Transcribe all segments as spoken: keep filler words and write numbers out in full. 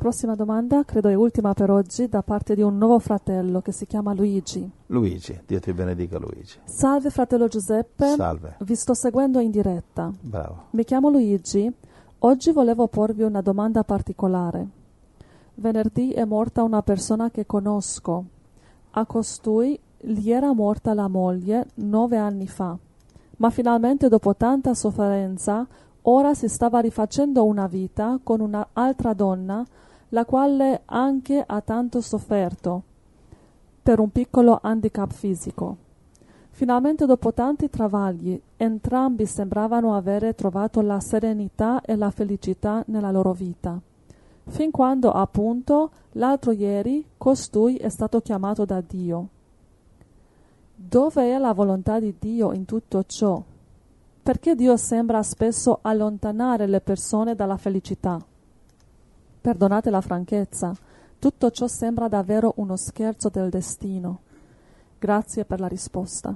prossima domanda, credo è ultima per oggi, da parte di un nuovo fratello che si chiama Luigi. Luigi, Dio ti benedica Luigi. Salve fratello Giuseppe. Salve. Vi sto seguendo in diretta. Bravo. Mi chiamo Luigi. Oggi volevo porvi una domanda particolare. Venerdì è morta una persona che conosco. A costui gli era morta la moglie nove anni fa, ma finalmente dopo tanta sofferenza ora si stava rifacendo una vita con un'altra donna, la quale anche ha tanto sofferto per un piccolo handicap fisico. Finalmente dopo tanti travagli, entrambi sembravano avere trovato la serenità e la felicità nella loro vita. Fin quando, appunto, l'altro ieri, costui è stato chiamato da Dio. Dove è la volontà di Dio in tutto ciò? Perché Dio sembra spesso allontanare le persone dalla felicità? Perdonate la franchezza, tutto ciò sembra davvero uno scherzo del destino. Grazie per la risposta.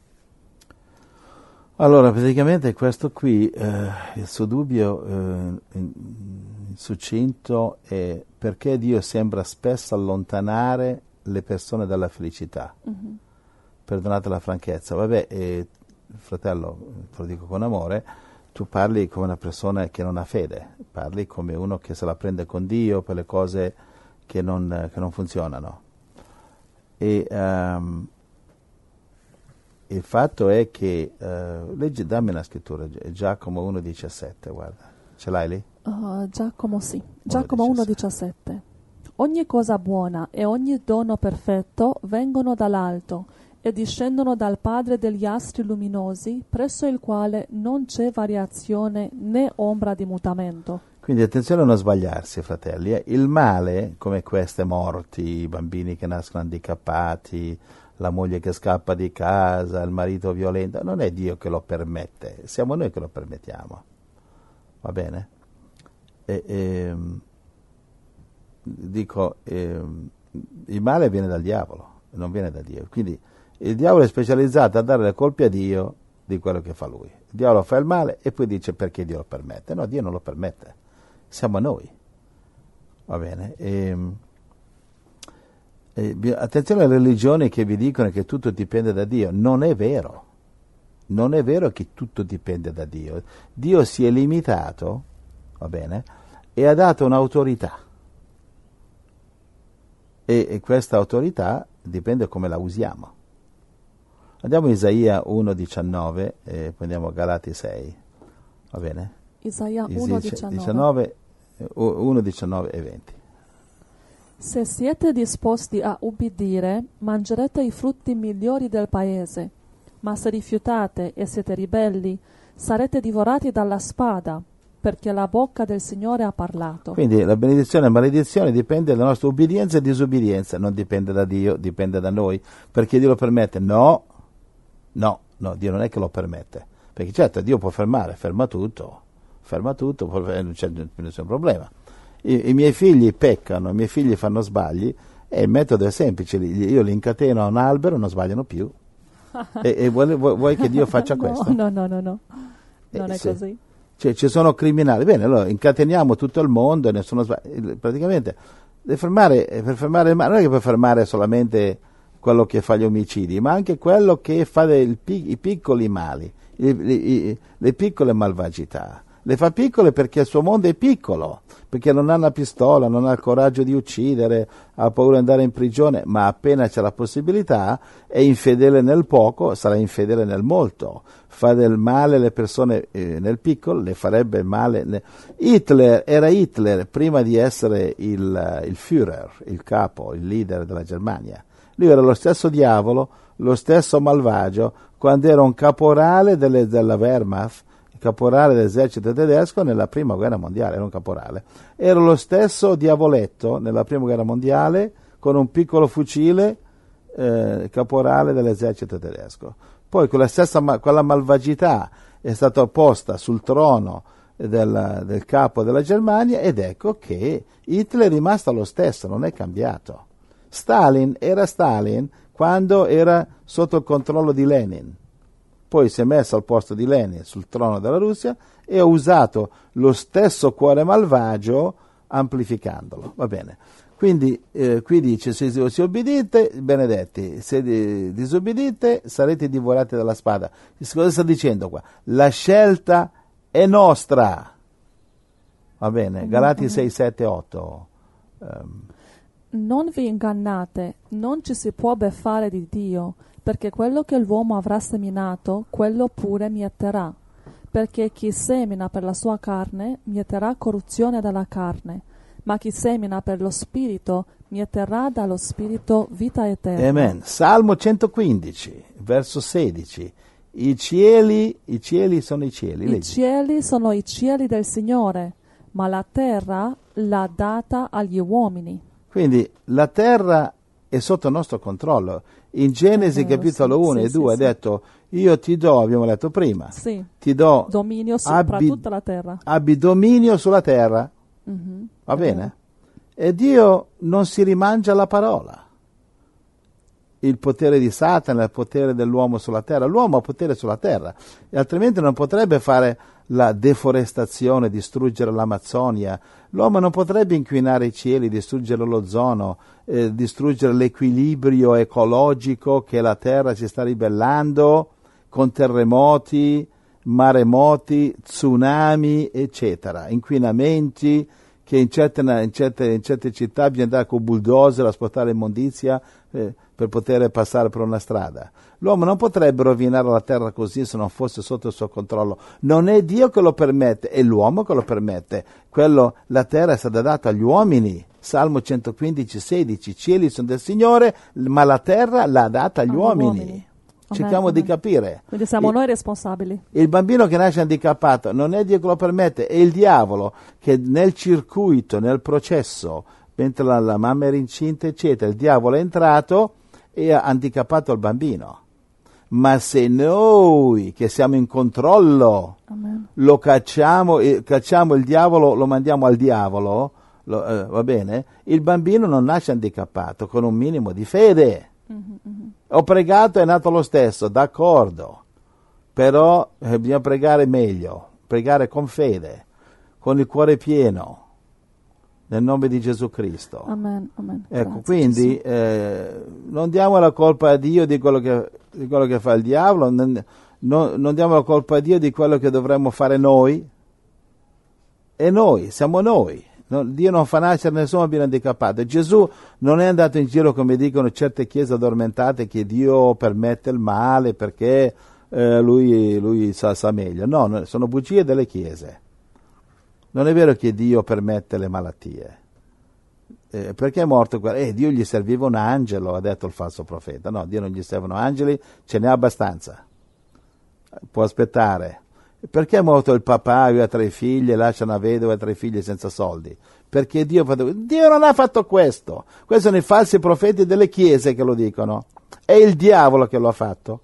Allora, praticamente questo qui, eh, il suo dubbio eh, in, in succinto è perché Dio sembra spesso allontanare le persone dalla felicità. Mm-hmm. Perdonate la franchezza. Vabbè, eh, fratello, te lo dico con amore, tu parli come una persona che non ha fede, parli come uno che se la prende con Dio per le cose che non, che non funzionano. E um, il fatto è che, uh, leggi, dammi una scrittura, Giacomo uno diciassette, guarda, ce l'hai lì? Uh, Giacomo sì, Giacomo uno diciassette. Ogni cosa buona e ogni dono perfetto vengono dall'alto e discendono dal Padre degli astri luminosi, presso il quale non c'è variazione né ombra di mutamento. Quindi attenzione a non sbagliarsi, fratelli. Eh. Il male, come queste morti, i bambini che nascono handicappati, la moglie che scappa di casa, il marito violento, non è Dio che lo permette, siamo noi che lo permettiamo. Va bene? E, e, dico, e, il male viene dal diavolo, non viene da Dio. Quindi il diavolo è specializzato a dare le colpe a Dio di quello che fa lui. Il diavolo fa il male e poi dice perché Dio lo permette. No, Dio non lo permette, siamo noi. Va bene? E, e, attenzione alle religioni che vi dicono che tutto dipende da Dio. Non è vero. Non è vero che tutto dipende da Dio. Dio si è limitato, va bene, e ha dato un'autorità. E, e questa autorità dipende come la usiamo. Andiamo a Isaia uno diciannove e poi andiamo a Galati sei, va bene? Isaia uno diciannove. uno diciannove e venti. Se siete disposti a ubbidire, mangerete i frutti migliori del paese, ma se rifiutate e siete ribelli, sarete divorati dalla spada, perché la bocca del Signore ha parlato. Quindi la benedizione e maledizione dipende dalla nostra ubbidienza e disobbedienza, non dipende da Dio, dipende da noi, perché Dio lo permette. No, no, no, Dio non è che lo permette, perché certo Dio può fermare, ferma tutto, ferma tutto, non c'è nessun problema. I, i miei figli peccano, i miei figli fanno sbagli e il metodo è semplice, io li incateno a un albero e non sbagliano più. e e vuoi, vuoi che Dio faccia no, questo? No, no, no, no, non eh, è sì. così. Cioè, ci sono criminali, bene, allora incateniamo tutto il mondo e nessuno sbaglia. Praticamente per fermare, per fermare il male, non è che per fermare solamente quello che fa gli omicidi, ma anche quello che fa del, i piccoli mali, i, i, le piccole malvagità. Le fa piccole perché il suo mondo è piccolo, perché non ha una pistola, non ha il coraggio di uccidere, ha paura di andare in prigione, ma appena c'è la possibilità è infedele nel poco, sarà infedele nel molto. Fa del male alle persone eh, nel piccolo, le farebbe il male. Ne... Hitler era Hitler prima di essere il, il Führer, il capo, il leader della Germania. Lui era lo stesso diavolo, lo stesso malvagio, quando era un caporale delle, della Wehrmacht, caporale dell'esercito tedesco nella prima guerra mondiale, era un caporale. Era lo stesso diavoletto nella prima guerra mondiale con un piccolo fucile, eh, caporale dell'esercito tedesco. Poi quella stessa quella malvagità è stata posta sul trono del, del capo della Germania ed ecco che Hitler è rimasto lo stesso, non è cambiato. Stalin era Stalin quando era sotto il controllo di Lenin. Poi si è messo al posto di Lenin sul trono della Russia e ha usato lo stesso cuore malvagio amplificandolo, va bene. Quindi eh, qui dice, se, se obbedite, benedetti, se di, disobbedite, sarete divorati dalla spada. Cosa sta dicendo qua? La scelta è nostra. Va bene, Galati sei, sette, otto. Um. Non vi ingannate, non ci si può beffare di Dio, perché quello che l'uomo avrà seminato, quello pure mieterà. Perché chi semina per la sua carne, mieterà corruzione dalla carne, ma chi semina per lo Spirito, mieterà dallo Spirito vita eterna. Amen. Salmo centoquindici, verso sedici. I cieli, i cieli sono i cieli. I leggi. cieli sono i cieli del Signore, ma la terra l'ha data agli uomini. Quindi la terra è sotto il nostro controllo. In Genesi È vero, capitolo sì, uno sì, e due sì, ha sì. detto, io ti do, abbiamo letto prima, Sì. ti do Dominio sopra abbi, tutta la terra. abbi dominio sulla terra, Mhm, va è bene? vero. E Dio non si rimangia la parola. Il potere di Satana, il potere dell'uomo sulla terra. L'uomo ha potere sulla terra, e altrimenti non potrebbe fare la deforestazione, distruggere l'Amazzonia. L'uomo non potrebbe inquinare i cieli, distruggere l'ozono, eh, distruggere l'equilibrio ecologico che la terra si sta ribellando con terremoti, maremoti, tsunami, eccetera, inquinamenti che in certe, in certe, in certe città bisogna andare con bulldozer a spostare immondizia eh, per poter passare per una strada. L'uomo non potrebbe rovinare la terra così se non fosse sotto il suo controllo. Non è Dio che lo permette, è l'uomo che lo permette. Quello, la terra è stata data agli uomini. Salmo centoquindici, sedici. I cieli sono del Signore, ma la terra l'ha data agli Agli uomini. uomini. Cerchiamo Amen, di amen. capire. Quindi siamo E- noi responsabili. il bambino che nasce handicappato non è Dio che lo permette, è il diavolo che nel circuito, nel processo, mentre la, la mamma era incinta, eccetera, il diavolo è entrato e ha handicappato il bambino. Ma se noi che siamo in controllo Amen. lo cacciamo, eh, cacciamo il diavolo, lo mandiamo al diavolo, lo, eh, va bene? Il bambino non nasce handicappato, con un minimo di fede. Mhm, mhm. Ho pregato, è nato lo stesso, d'accordo, però eh, bisogna pregare meglio, pregare con fede, con il cuore pieno, nel nome di Gesù Cristo. Amen, amen. Ecco, Grazie, quindi Gesù. eh, non diamo la colpa a Dio di quello che, di quello che fa il diavolo, non, non, non diamo la colpa a Dio di quello che dovremmo fare noi, e noi, siamo noi. No, Dio non fa nascere nessun bambino handicappato. Gesù non è andato in giro come dicono certe chiese addormentate che Dio permette il male perché eh, lui, lui sa, sa meglio. No, no, sono bugie delle chiese. Non è vero che Dio permette le malattie. Eh, perché è morto quello? Eh, Dio gli serviva un angelo, ha detto il falso profeta. No, Dio non gli servono angeli, ce n'è abbastanza. Può aspettare. Perché è morto il papà, aveva tre figlie, lascia una vedova e tre figlie senza soldi? Perché Dio ha fatto... Dio non ha fatto questo. Questi sono i falsi profeti delle chiese che lo dicono. È il diavolo che lo ha fatto.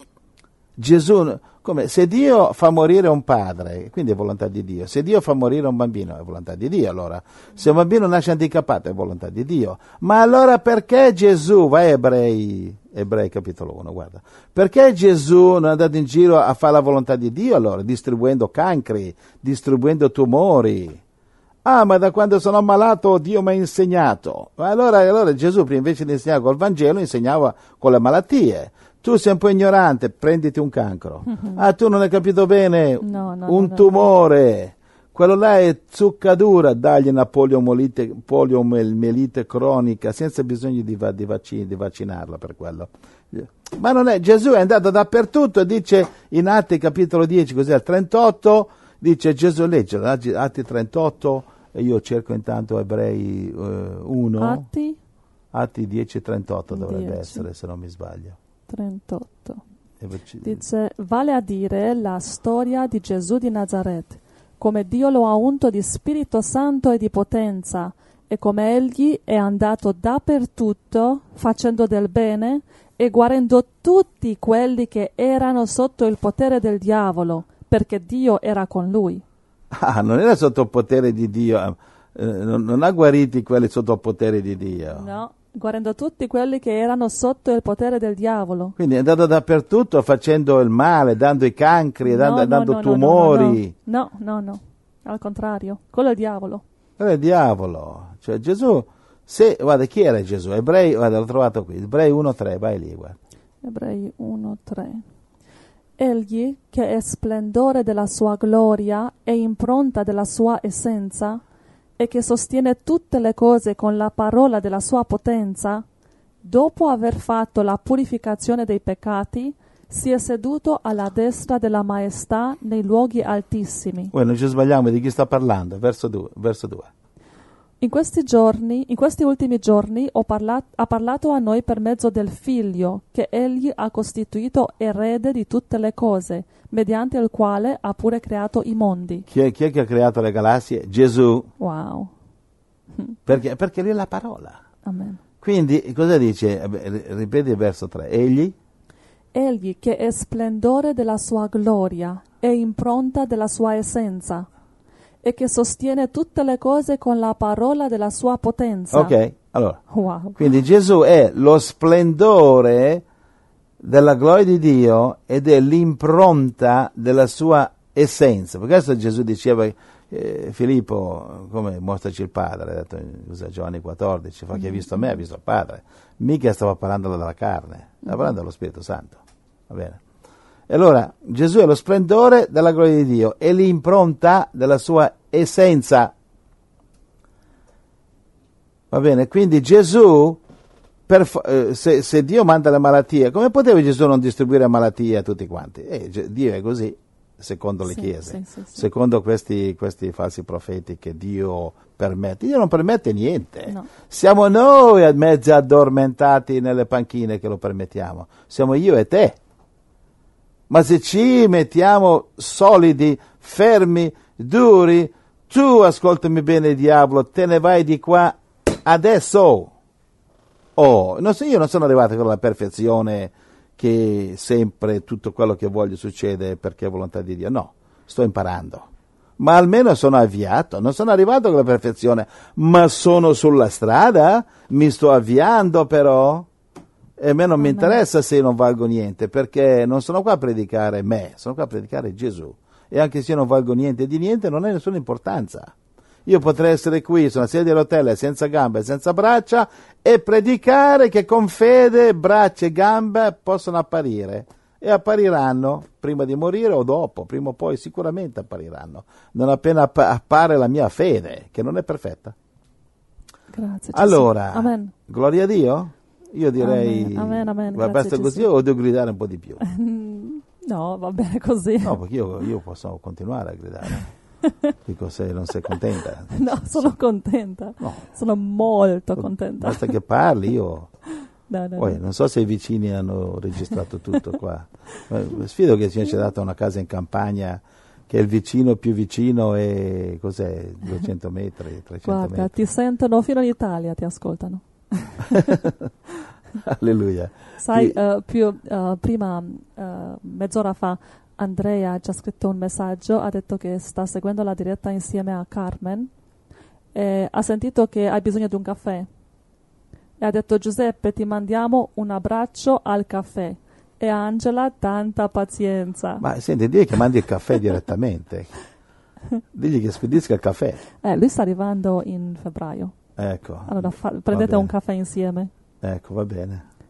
Gesù, come, se Dio fa morire un padre, quindi è volontà di Dio. Se Dio fa morire un bambino, è volontà di Dio allora. Se un bambino nasce handicappato, è volontà di Dio. Ma allora perché Gesù, vai a Ebrei, Ebrei capitolo uno, guarda. Perché Gesù non è andato in giro a fare la volontà di Dio allora, distribuendo cancri, distribuendo tumori? Ah, ma da quando sono ammalato Dio mi ha insegnato. Allora, allora Gesù, invece di insegnare col Vangelo, insegnava con le malattie. Tu sei un po' ignorante, prenditi un cancro. Ah, tu non hai capito bene, No, no, un no, no, tumore. Quello là è zuccadura, dagli una poliomelite, poliomelite cronica, senza bisogno di, va, di, vaccin, di vaccinarla per quello. Ma non è, Gesù è andato dappertutto, dice in Atti capitolo dieci, cos'è, al trentotto, dice Gesù, legge Atti trentotto, e io cerco intanto Ebrei uno, Atti Atti dieci trentotto dovrebbe dieci. essere, se non mi sbaglio. trentotto. E ci- Dice, vale a dire la storia di Gesù di Nazaret, come Dio lo ha unto di Spirito Santo e di potenza, e come egli è andato dappertutto facendo del bene e guarendo tutti quelli che erano sotto il potere del diavolo, perché Dio era con lui. Ah, non era sotto il potere di Dio, eh, non, non ha guariti quelli sotto il potere di Dio. No, guarendo tutti quelli che erano sotto il potere del diavolo. Quindi è andato dappertutto facendo il male, dando i cancri, No, dando, no, dando no, no, tumori. No, no, no, no, al contrario, quello è il diavolo. Quello è il diavolo. Cioè Gesù, se, guarda, chi era Gesù? Ebrei, guarda, l'ho trovato qui, Ebrei uno tre, vai lì, guarda. Ebrei uno tre. Egli, che è splendore della sua gloria e impronta della sua essenza, e che sostiene tutte le cose con la parola della sua potenza, dopo aver fatto la purificazione dei peccati, si è seduto alla destra della maestà nei luoghi altissimi. Poi non ci sbagliamo di chi sta parlando, verso due. Verso due. In questi giorni, in questi ultimi giorni, ho parlat- ha parlato a noi per mezzo del Figlio, che egli ha costituito erede di tutte le cose, mediante il quale ha pure creato i mondi. Chi è, chi è che ha creato le galassie? Gesù. Wow. Perché? Perché lui è la parola. Amen. Quindi cosa dice? Ripeti il verso tre. Egli? Egli che è splendore della sua gloria e impronta della sua essenza, e che sostiene tutte le cose con la parola della sua potenza. Ok, allora. Wow. Quindi Gesù è lo splendore della gloria di Dio ed è l'impronta della sua essenza. Per questo Gesù diceva, eh, Filippo, come mostraci il Padre, ha detto in Giovanni quattordici, fa chi ha visto me ha visto il Padre. Mica stava parlando della carne, stava parlando dello Spirito Santo. Va bene? E allora Gesù è lo splendore della gloria di Dio e l'impronta della sua essenza. Va bene? Quindi Gesù, per, eh, se, se Dio manda le malattie, come poteva Gesù non distribuire malattie a tutti quanti? Eh, Dio è così, secondo le Sì, chiese, sì, sì, sì. secondo questi, questi falsi profeti che Dio permette. Dio non permette niente. No. Siamo noi mezzi addormentati nelle panchine che lo permettiamo. Siamo io e te. Ma se ci mettiamo solidi, fermi, duri, tu, ascoltami bene, diavolo, te ne vai di qua adesso. Oh, non so, io non sono arrivato con la perfezione che sempre tutto quello che voglio succede perché è volontà di Dio. No, sto imparando. Ma almeno sono avviato, non sono arrivato con la perfezione, ma sono sulla strada, mi sto avviando però. E a me non mi interessa se non valgo niente, perché non sono qua a predicare me, sono qua a predicare Gesù. E anche se io non valgo niente di niente, non ha nessuna importanza. Io potrei essere qui su una sedia a rotelle, senza gambe e senza braccia, e predicare che con fede braccia e gambe possono apparire. E appariranno prima di morire o dopo, prima o poi sicuramente appariranno. Non appena app- appare la mia fede, che non è perfetta. Grazie, Gesù. Allora, Amen. gloria a Dio. Io direi, Amen, amen, amen. va Grazie, basta Gesù. così o devo gridare un po' di più? No, va bene così. No, perché io, io posso continuare a gridare. Dico, se non sei contenta. No, sono contenta. No. Sono molto contenta. Basta che parli, io... No, no, Poi, no. non so se i vicini hanno registrato tutto qua. Eh, Sfido che il Signore ci ha dato una casa in campagna che il vicino più vicino è, cos'è, duecento metri, trecento Guarda, metri. ti sentono fino in Italia, ti ascoltano. Alleluia. Sai, Chi- eh, più, eh, prima, eh, mezz'ora fa, Andrea ci ha scritto un messaggio, ha detto che sta seguendo la diretta insieme a Carmen e ha sentito che hai bisogno di un caffè. E ha detto: Giuseppe, ti mandiamo un abbraccio al caffè. E Angela, tanta pazienza. Ma senti, digli che mandi il caffè direttamente. Digli che spedisca il caffè. Eh, lui sta arrivando in febbraio. Ecco. Allora fa- Va prendete bene. un caffè insieme. Ecco, va bene.